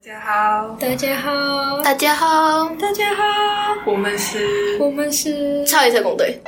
大家好， 大家好， 大家好， 大家好， 我们是超级特工队。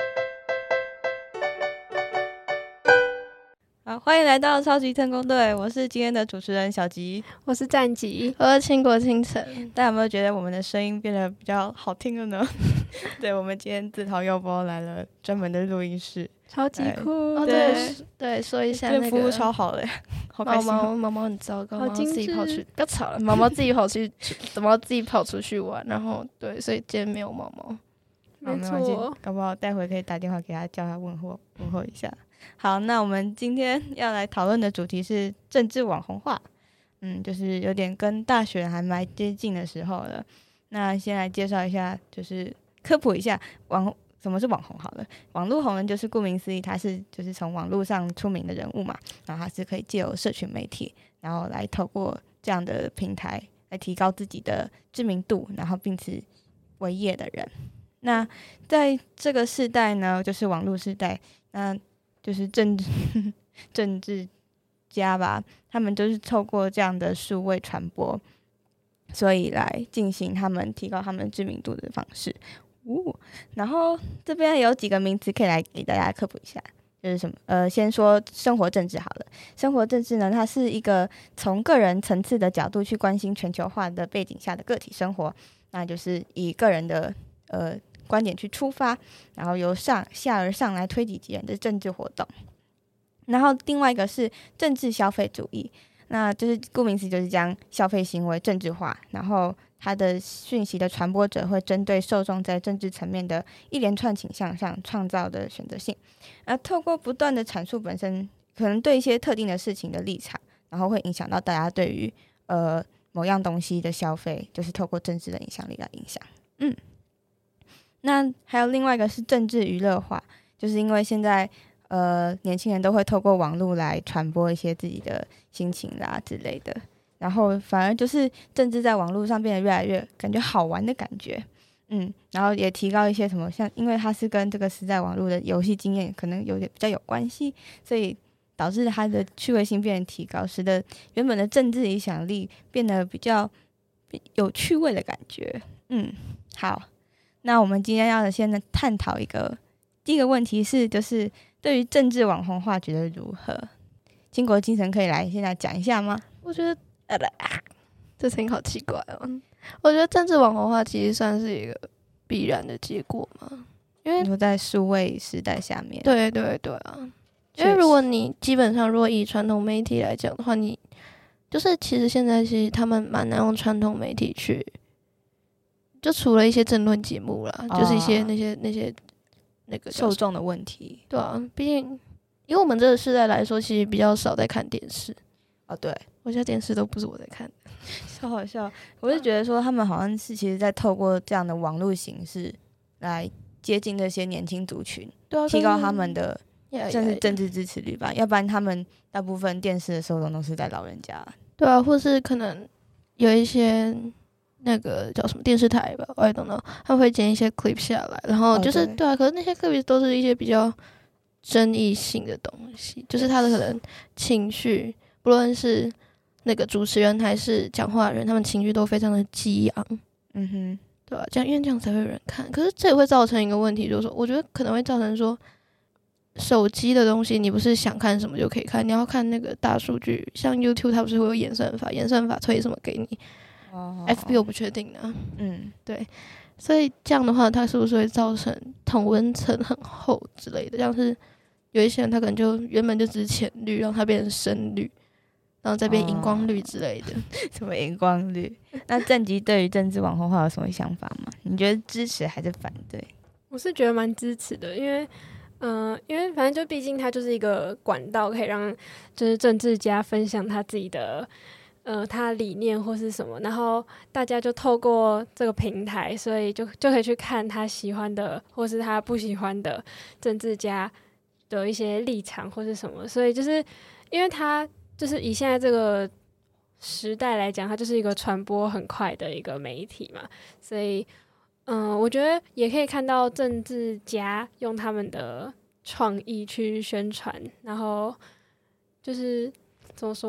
好，欢迎来到超级特工队，我是今天的主持人小吉， 我是战吉， 我是倾国倾城。 大家有没有觉得我们的声音变得比较好听了呢？对，我们今天自掏腰包来了专门的录音室， 超级酷。 哦，对，说一下那个服务超好的，好开心哦。 毛毛很糟糕， 好精致， 自己跑去，不要吵了，毛毛自己跑出去玩，然后对，所以今天没有毛毛。 没错， 搞不好待会可以打电话给他，叫他问候一下。好，那我们今天要来讨论的主题是政治网红化，就是有点跟大选还蛮接近的时候了。那先来介绍一下，就是科普一下什么是网红好了。网络红人就是顾名思义，他是就是从网络上出名的人物嘛，然后他是可以借由社群媒体，然后来透过这样的平台来提高自己的知名度，然后并此为业的人。那在这个世代呢，就是网络世代，那就是政治家吧，他们就是透过这样的数位传播，所以来进行他们提高他们知名度的方式。然后这边有几个名词可以来给大家科普一下，就是什么先说生活政治好了。生活政治呢，它是一个从个人层次的角度去关心全球化的背景下的个体生活，那就是以个人的观点去出发，然后由下而上来推己及人的政治活动。然后另外一个是政治消费主义，那就是顾名思义，就是将消费行为政治化，然后它的讯息的传播者会针对受众在政治层面的一连串倾向上创造的选择性，而透过不断的阐述本身可能对一些特定的事情的立场，然后会影响到大家对于某样东西的消费，就是透过政治的影响力来影响。那还有另外一个是政治娱乐化，就是因为现在年轻人都会透过网络来传播一些自己的心情啦之类的，然后反而就是政治在网络上变得越来越感觉好玩的感觉，然后也提高一些什么，像因为它是跟这个时代网络的游戏经验可能有点比较有关系，所以导致它的趣味性变得提高，使得原本的政治影响力变得比较有趣味的感觉。好，那我们今天要先探讨第一个问题是，就是对于政治网红化觉得如何？倾国倾城可以来现在讲一下吗？ 我觉得这声音好奇怪哦。我觉得政治网红化其实算是一个必然的结果嘛，因为你说在数位时代下面， 对啊，因为如果你基本上如果以传统媒体来讲的话，你就是其实现在他们蛮难用传统媒体去，就除了一些政论节目啦，就是一些那些那个受众的问题。 对啊，毕竟以我们这个世代来说，其实比较少在看电视。 对， 我现在电视都不是我在看的， 超好笑。我是觉得说他们好像是其实在透过这样的网络形式来接近这些年轻族群， 对啊， 提高他们的算是政治支持率吧，要不然他们大部分电视的受众都是在老人家。 对啊，或是可能有一些那个叫什么电视台吧，我也懂得，他们会剪一些 clip 下来，然后就是对啊，可是那些 clip 都是一些比较争议性的东西，就是他的可能情绪，不论是那个主持人还是讲话人，他们情绪都非常的激昂，对吧？因为这样才会有人看。可是这也会造成一个问题，就是说，我觉得可能会造成说，手机的东西你不是想看什么就可以看，你要看那个大数据，像 YouTube 它不是会有演算法推什么给你。FB 我不确定的，对，所以这样的话，它是不是会造成同温层很厚之类的？像是有一些人他可能就原本就只是浅绿，让它变成深绿，然后再变荧光绿之类的。 什么荧光绿？那正极对于政治网红化有什么想法吗？你觉得支持还是反对？ 我是觉得蛮支持的，因为反正就毕竟它就是一个管道，可以让就是政治家分享他自己的他理念或是什么，然后大家就透过这个平台，所以就可以去看他喜欢的或是他不喜欢的政治家的一些立场或是什么，所以就是因为他就是以现在这个时代来讲，它就是一个传播很快的一个媒体嘛，所以我觉得也可以看到政治家用他们的创意去宣传，然后就是怎么说，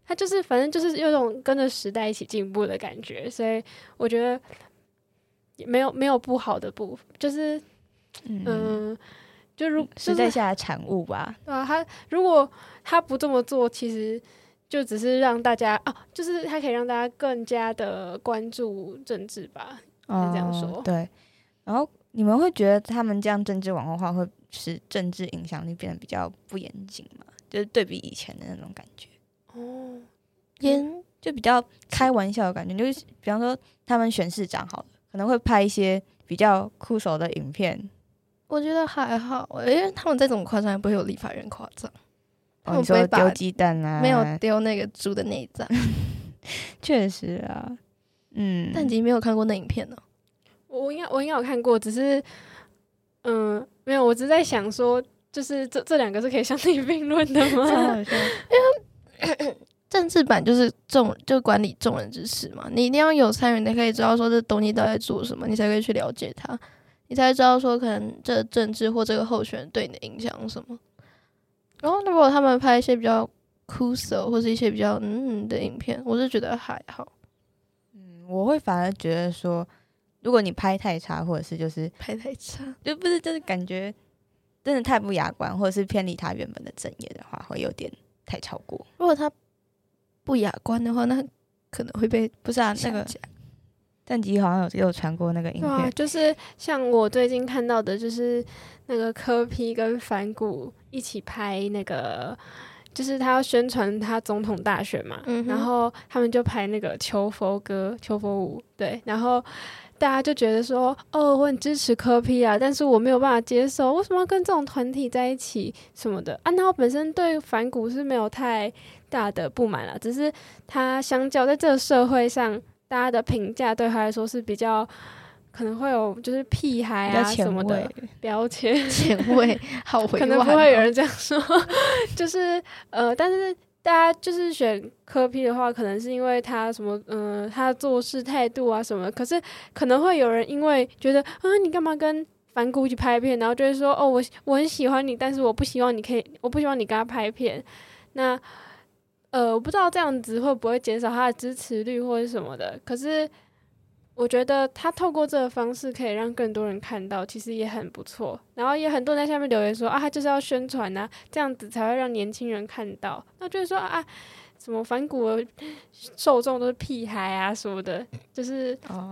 他就是反正就是有种跟着时代一起进步的感觉，所以我觉得没有不好的部分，就是时代下的产物吧。 对啊，如果他不这么做，其实就只是让大家就是他可以让大家更加的关注政治吧，是这样说。 对，然后你们会觉得他们这样政治网红化会使政治影响力变得比较不严谨吗？就是对比以前的那种感觉。就比较开玩笑的感觉，就是比方说他们选市长好了，可能会拍一些比较酷手的影片。 我觉得还好，因为他们这种夸张也不会有立法院夸张。 你说丢鸡蛋啊？ 没有丢那个猪的内脏。 确实啊， 但你没有看过那影片呢？ 我应该有看过，只是没有，我只是在想说，就是这两个是可以相提并论的吗？ 因为政治版就是就管理众人之事嘛，你一定要有参与，你可以知道说这东西到底在做什么，你才可以去了解它，你才知道说可能这政治或这个候选人对你的影响是什么。然后如果他们拍一些比较酷手或是一些比较的影片，我是觉得还好。 我会反而觉得说，如果你拍太差，或者是就是拍太差， 就不是就是感觉真的太不雅观，或者是偏离他原本的正业的话，会有点太超过。 如果他不雅观的话，那可能会被不是啊，那个战机好像有传过那个影片， 就是像我最近看到的，就是那个柯 P 跟反骨一起拍那个，就是他要宣传他总统大选嘛，然后他们就拍那个求佛歌、求佛舞，对，然后大家就觉得说，我很支持柯 P 啊，但是我没有办法接受，为什么要跟这种团体在一起什么的啊？那我本身对反骨是没有太大的不满啦，只是他相较在这个社会上，大家的评价对他来说是比较可能会有就是屁孩啊什么的标签， 前卫好委婉， 可能不会有人这样说，就是但是大家就是选柯 P 的话，可能是因为他什么他做事态度啊什么的，可是可能会有人因为觉得你干嘛跟反骨一起拍片，然后就会说我很喜欢你，但是我不希望你跟他拍片，那我不知道这样子会不会减少他的支持率或者什么的，可是我觉得他透过这个方式可以让更多人看到，其实也很不错。然后也很多人在下面留言说他就是要宣传啊，这样子才会让年轻人看到。那就是说什么反骨的受众都是屁孩啊什么的，就是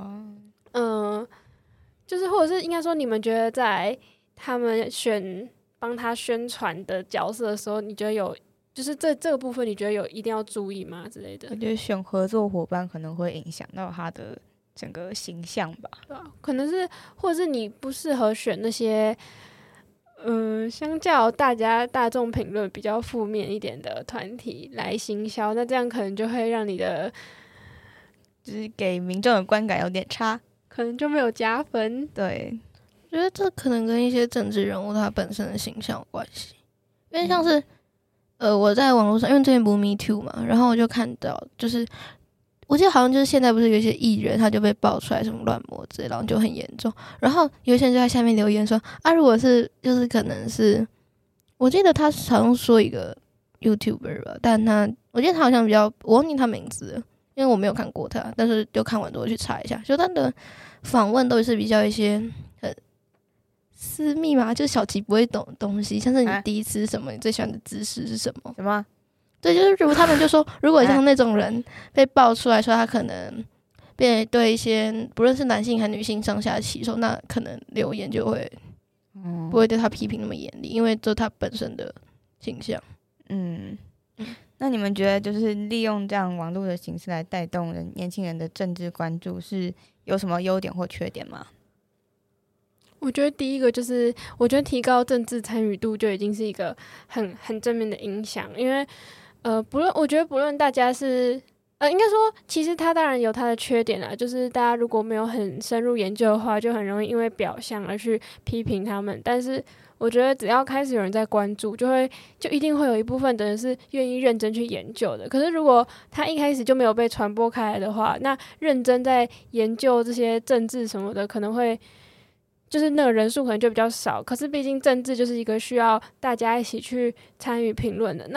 就是或者是应该说，你们觉得在他们帮他宣传的角色的时候，你觉得有就是这个部分，你觉得有一定要注意吗之类的？ 我觉得选合作伙伴可能会影响到他的整个形象吧， 对啊，可能是或者是你不适合选那些相较大众评论比较负面一点的团体来行销，那这样可能就会让你的就是给民众的观感有点差， 可能就没有加分。 对， 我觉得这可能跟一些政治人物他本身的形象有关系，因为像是我在网络上，因为之前不是 Me Too 嘛，然后我就看到就是我记得好像就是现在不是有一些艺人他就被爆出来什么乱摸之类，然后就很严重，然后有些人就在下面留言说如果是就是可能是我记得他好像说一个 YouTuber 吧，但我记得他好像我忘记他名字了，因为我没有看过他，但是就看完之后去查一下，就他的访问都是比较一些很私密嘛，就是小琪不会懂的东西，像是你第一次什么，你最喜欢的姿势是什么？ 什么？ 对，就是如果他们就说，如果像那种人被爆出来说他可能被对一些不论是男性还女性上下其手，那可能留言就会不会对他批评那么严厉，因为这是他本身的形象。 那你们觉得就是利用这样网络的形式来带动年轻人的政治关注，是有什么优点或缺点吗？ 我觉得第一个就是，我觉得提高政治参与度就已经是一个很正面的影响，因为我觉得不论大家是应该说，其实它当然有它的缺点啦，就是大家如果没有很深入研究的话，就很容易因为表象而去批评他们。但是我觉得只要开始有人在关注，就一定会有一部分的人是愿意认真去研究的。可是如果他一开始就没有被传播开来的话，那认真在研究这些政治什么的，可能会就是那个人数可能就比较少。可是毕竟政治就是一个需要大家一起去参与评论的，那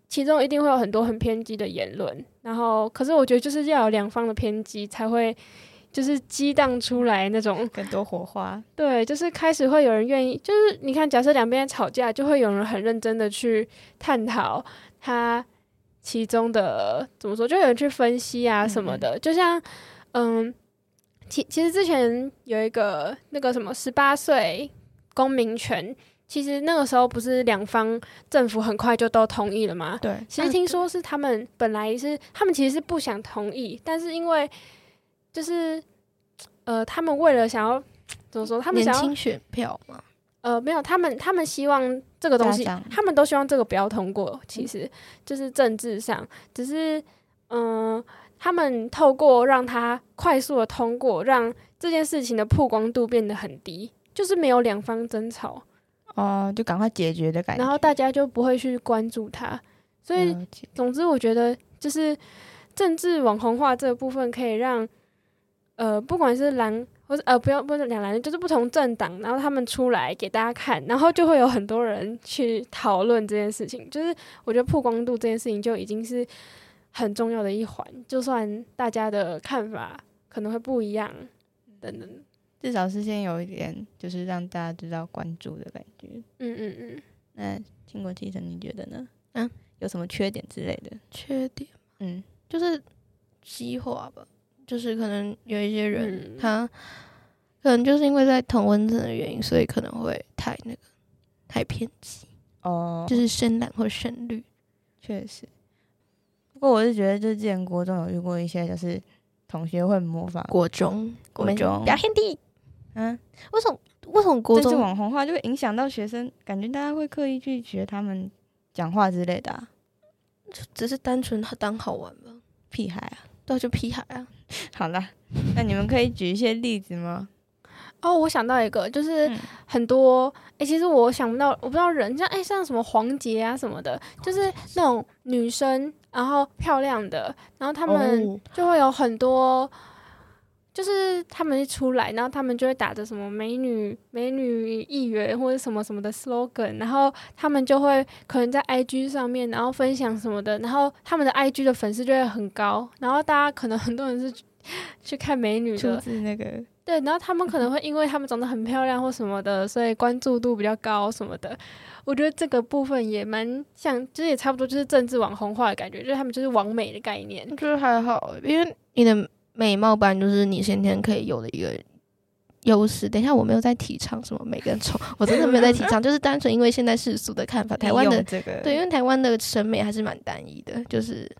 其中一定会有很多很偏激的言论，然后可是我觉得就是要有两方的偏激才会就是激荡出来那种更多火花。 对，就是开始会有人愿意，就是你看假设两边吵架，就会有人很认真的去探讨他其中的怎么说，就有人去分析啊什么的，就像其实之前有一个那个什么18岁公民权，其实那个时候不是两方政府很快就都同意了吗？ 对， 其实听说是他们本来是他们其实是不想同意，但是因为就是他们为了想要怎么说，他们想要年轻选票嘛。 没有，他们希望这个东西，他们都希望这个不要通过。其实就是政治上，只是他们透过让它快速的通过，让这件事情的曝光度变得很低，就是没有两方争吵就赶快解决的感觉， 然后大家就不会去关注它。所以总之，我觉得就是政治网红化这个部分，可以让不管是蓝。或是不是两蓝，就是不同政党，然后他们出来给大家看，然后就会有很多人去讨论这件事情。就是我觉得曝光度这件事情就已经是很重要的一环，就算大家的看法可能会不一样，等等， 至少是先有一点，就是让大家知道关注的感觉。那经过提升，你觉得呢？有什么缺点之类的？ 缺点，就是激化吧。就是可能有一些人，他可能就是因为在同温层的原因，所以可能会太偏激就是深蓝或深绿。 确实，不过我是觉得，就是之前国中有遇过一些，就是同学会模仿国中表现帝， 为什么国中这网红化就会影响到学生？感觉大家会刻意去学他们讲话之类的啊， 就只是单纯当好玩吧， 屁孩啊。 对，就屁孩啊。 好啦，那你们可以举一些例子吗？ 我想到一个，就是很多其实我想不到，我不知道人像什么黄杰啊什么的，就是那种女生，然后漂亮的，然后他们就会有很多。就是他们一出来，然后他们就会打着什么美女议员或者什么什么的 slogan， 然后他们就会可能在 IG 上面，然后分享什么的，然后他们的 IG 的粉丝就会很高，然后大家可能很多人是去看美女的， 出自那个对，然后他们可能会因为他们长得很漂亮或什么的，所以关注度比较高什么的。我觉得这个部分也蛮像，就是也差不多就是政治网红化的感觉，就是他们就是网美的概念。 我觉得还好，因为你的美貌本来就是你先天可以有的一个优势。等一下，我没有在提倡什么美跟丑，我真的没有在提倡，就是单纯因为现在世俗的看法，台湾的对，因为台湾的审美还是蛮单一的，就是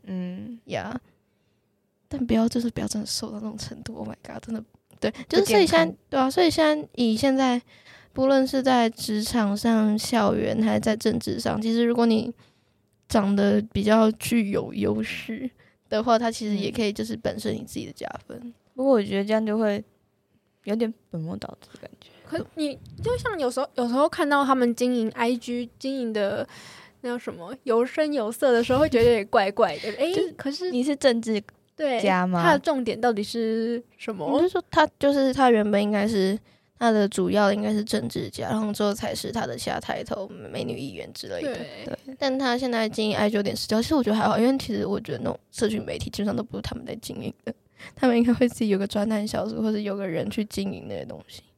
但不要真的瘦到那种程度。Oh my god， 真的对，就是所以现在对啊，所以现在不论是在职场上、校园还是在政治上，其实如果你长得比较具有优势的话，它其实也可以就是本身你自己的加分。 不过我觉得这样就会有点本末倒置的感觉。 可你就像有时候看到他们经营 IG 经营的那叫什么有声有色的时候，会觉得有点怪怪的。可是你是政治家吗？ 他的重点到底是什么？ 就是说他原本应该是他的主要应该是政治家，然后之后才是他的下抬头美女议员之类的。对，但他现在经营 IG 有点失焦，其实我觉得还好，因为其实我觉得那种社群媒体基本上都不是他们在经营的，他们应该会自己有个专栏小组或者有个人去经营那些东西。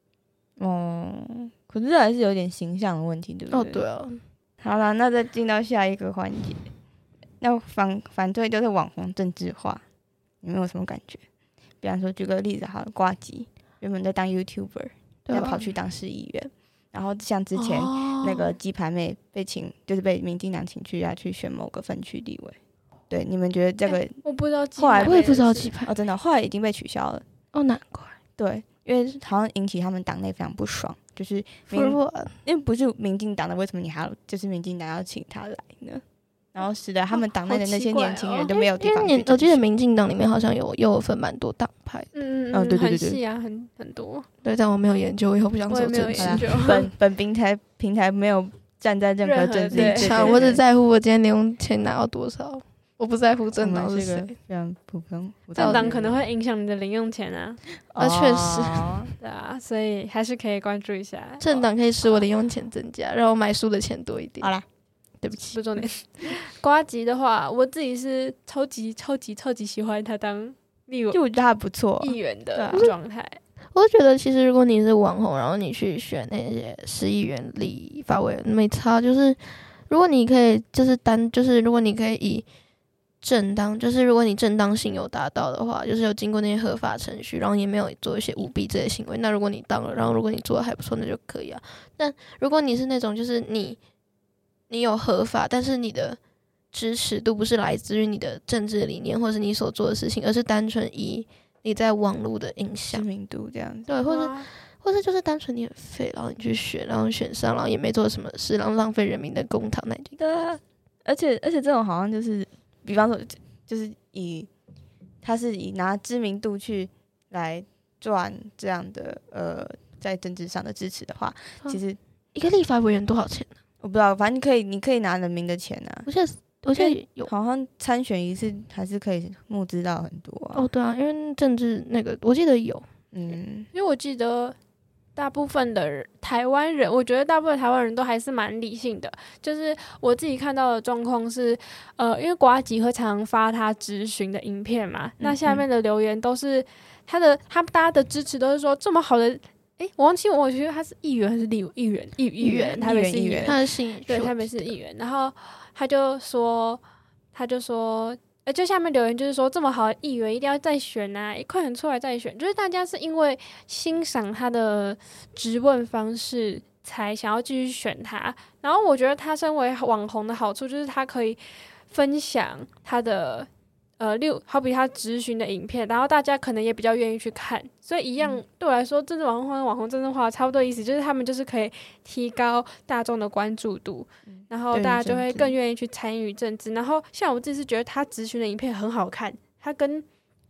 可是这还是有点形象的问题，对不对？ 对啊。 好啦，那再进到下一个环节，那反对就是网红政治化，你们有什么感觉？比方说举个例子好了，呱吉原本在当 YouTuber， 再跑去当市议员，然后像之前那个鸡排妹就是被民进党请去去选某个分区立委。对，你们觉得这个？ 我不知道， 后来我也不知道鸡排真的，后来已经被取消了。 难怪。 对，因为好像引起他们党内非常不爽，就是因为不是民进党的，为什么你还要就是民进党要请他来呢？然后使得他们党内的那些年轻人都没有地方去。 我记得民进党里面好像有分蛮多党派的。 对， 很细啊，很多。 对，但我没有研究，我以后不想走政治。 本平台没有站在任何政治立场， 我只在乎我今天零用钱拿到多少，我不在乎政党是谁。 非常普通， 政党可能会影响你的零用钱啊。 确实。 对啊，所以还是可以关注一下。 政党可以使我的零用钱增加，让我买书的钱多一点。 好啦。 对不起， 不是重点。呱吉的话，我自己是超级喜欢他当立委就我觉得他不错， 议员的对啊状态。 我觉得其实如果你是网红，然后你去选那些10亿元立法委员，没差。就是如果你可以，就是如果你可以以正当，就是如果你正当性有达到的话，就是有经过那些合法程序，然后也没有做一些舞弊这些行为，那如果你当了，然后如果你做的还不错，那就可以啊。但如果你是那种就是你有合法，但是你的支持度不是来自于你的政治理念或是你所做的事情，而是单纯以你在网络的影响知，名度这样子。 对，或者就是单纯你很废，然后你去选，然后选上，然后也没做什么事，然后浪费人民的公帑，那就对啊，而且这种好像就是，比方说，就是他是以拿知名度去来赚这样的在政治上的支持的话，其实一个立法委员多少钱呢？ 我不知道，反正你可以拿人民的钱啊。 我记得有好像参选一次还是可以募资到很多啊。 哦，对啊，因为政治那个我记得有， 嗯， 因为我记得大部分的台湾人，我觉得大部分台湾人都还是蛮理性的。就是我自己看到的状况是，因为呱吉会常常发他质询的影片嘛，那下面的留言都是他大家的支持都是说这么好的。我忘记我觉得他是议员还是议员，台北市议员， 他的姓对，台北市议员。然后他就说，就下面留言就是说，这么好的议员一定要再选啊，快点出来再选。就是大家是因为欣赏他的质问方式，才想要继续选他。然后我觉得他身为网红的好处就是他可以分享他的。好比他质询的影片，然后大家可能也比较愿意去看，所以一样对我来说，政治网红跟网红政治化差不多意思，就是他们就是可以提高大众的关注度，然后大家就会更愿意去参与政治。然后像我自己是觉得他质询的影片很好看，他跟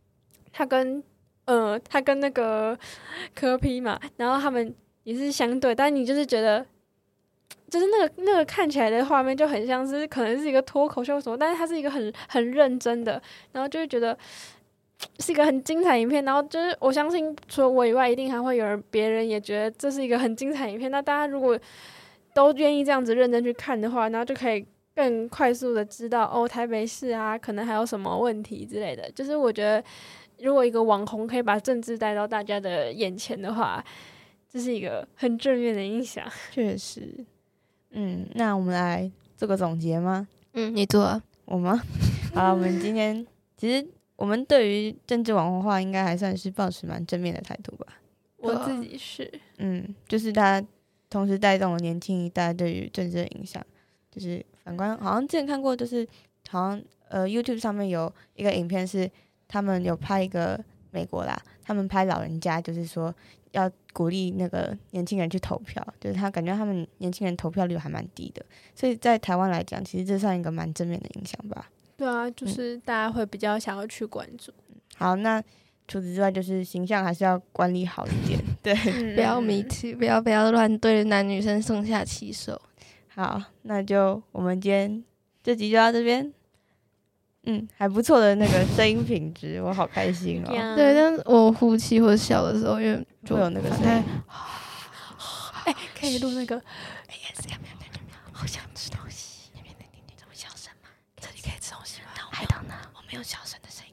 那个柯 P 嘛，然后他们也是相对，但你就是觉得。就是那个看起来的画面就很像是可能是一个脱口秀什么，但是它是一个很认真的，然后就会觉得是一个很精彩影片。然后就是我相信除了我以外，一定还会有别人也觉得这是一个很精彩影片。那大家如果都愿意这样子认真去看的话，然后就可以更快速的知道台北市啊可能还有什么问题之类的。就是我觉得如果一个网红可以把政治带到大家的眼前的话，这是一个很正面的影响。 确实。那我们来做个总结吗？ 你做啊， 我吗？好，我们今天其实我们对于政治网红化应该还算是抱持蛮正面的态度吧。 我自己是， 就是它同时带动了年轻一代对于政治的影响。就是反观，好像之前看过，就是好像YouTube 上面有一个影片是他们有拍一个美国啦，他们拍老人家，就是说。要鼓励那个年轻人去投票，就是他感觉他们年轻人投票率还蛮低的，所以在台湾来讲，其实这算一个蛮正面的影响吧。 对啊，就是大家会比较想要去关注。 好，那除此之外，就是形象还是要管理好一点，对， 不要me too，不要乱对男女生上下其手。 好，那就我们今天这集就到这边。还不错的那个声音品质，我好开心哦。 对，但是我呼气或者笑的时候，因为就会有那个声音。 可以录那个 ASMR，好想吃东西。那边怎么小声吗？ 这里可以吃东西吗？ I don't know，我没有小声的声音。